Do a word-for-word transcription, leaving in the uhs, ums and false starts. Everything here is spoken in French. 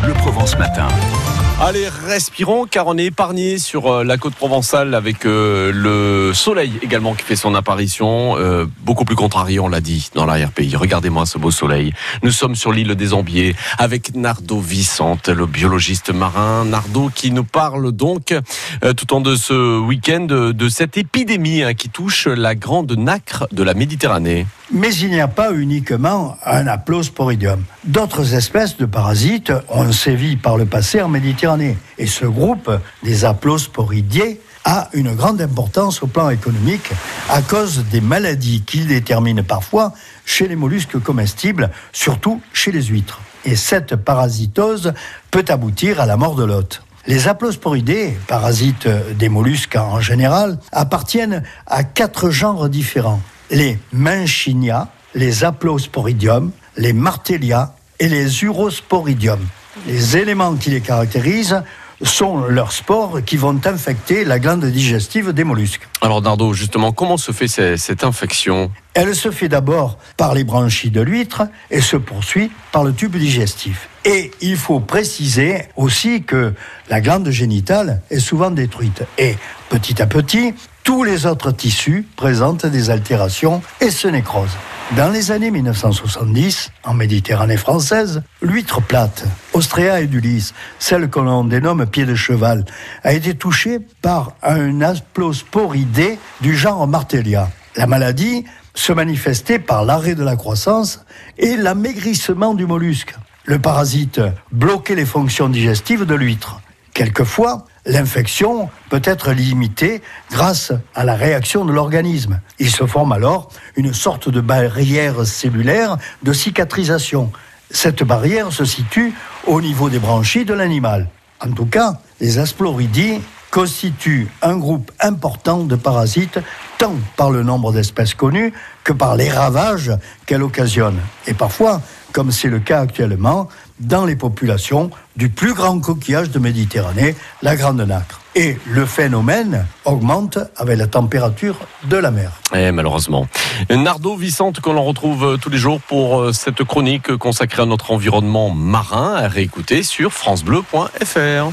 Bleu Provence Matin. Allez, respirons car on est épargné sur la côte provençale avec euh, le soleil également qui fait son apparition. Euh, beaucoup plus contrarié, on l'a dit, dans l'arrière-pays. Regardez-moi ce beau soleil. Nous sommes sur l'île des Ambiers avec Nardo Vicente, le biologiste marin. Nardo qui nous parle donc euh, tout au long de ce week-end de, de cette épidémie hein, qui touche la grande nacre de la Méditerranée. Mais il n'y a pas uniquement un Haplosporidium. D'autres espèces de parasites ont sévi par le passé en Méditerranée. Et ce groupe des Haplosporidiés a une grande importance au plan économique à cause des maladies qu'il détermine parfois chez les mollusques comestibles, surtout chez les huîtres. Et cette parasitose peut aboutir à la mort de l'hôte. Les Haplosporidés, parasites des mollusques en général, appartiennent à quatre genres différents. Les Menchinia, les Haplosporidium, les Martellia et les Urosporidium. Les éléments qui les caractérisent sont leurs spores qui vont infecter la glande digestive des mollusques. Alors Nardo, justement, comment se fait cette, cette infection ? Elle se fait d'abord par les branchies de l'huître et se poursuit par le tube digestif. Et il faut préciser aussi que la glande génitale est souvent détruite. Et petit à petit, tous les autres tissus présentent des altérations et se nécrosent. Dans les années mille neuf cent soixante-dix, en Méditerranée française, l'huître plate, Ostrea edulis, celle que l'on dénomme pied de cheval, a été touchée par un Haplosporidé du genre Martellia. La maladie se manifestait par l'arrêt de la croissance et l'amaigrissement du mollusque. Le parasite bloquait les fonctions digestives de l'huître. Quelquefois, l'infection peut être limitée grâce à la réaction de l'organisme. Il se forme alors une sorte de barrière cellulaire de cicatrisation. Cette barrière se situe au niveau des branchies de l'animal. En tout cas, les Haplosporidies constituent un groupe important de parasites, tant par le nombre d'espèces connues que par les ravages qu'elles occasionnent. Et parfois, comme c'est le cas actuellement, dans les populations du plus grand coquillage de Méditerranée, la grande nacre. Et le phénomène augmente avec la température de la mer. Et malheureusement. Nardo Vicente, qu'on en retrouve tous les jours pour cette chronique consacrée à notre environnement marin, à réécouter sur francebleu point f r.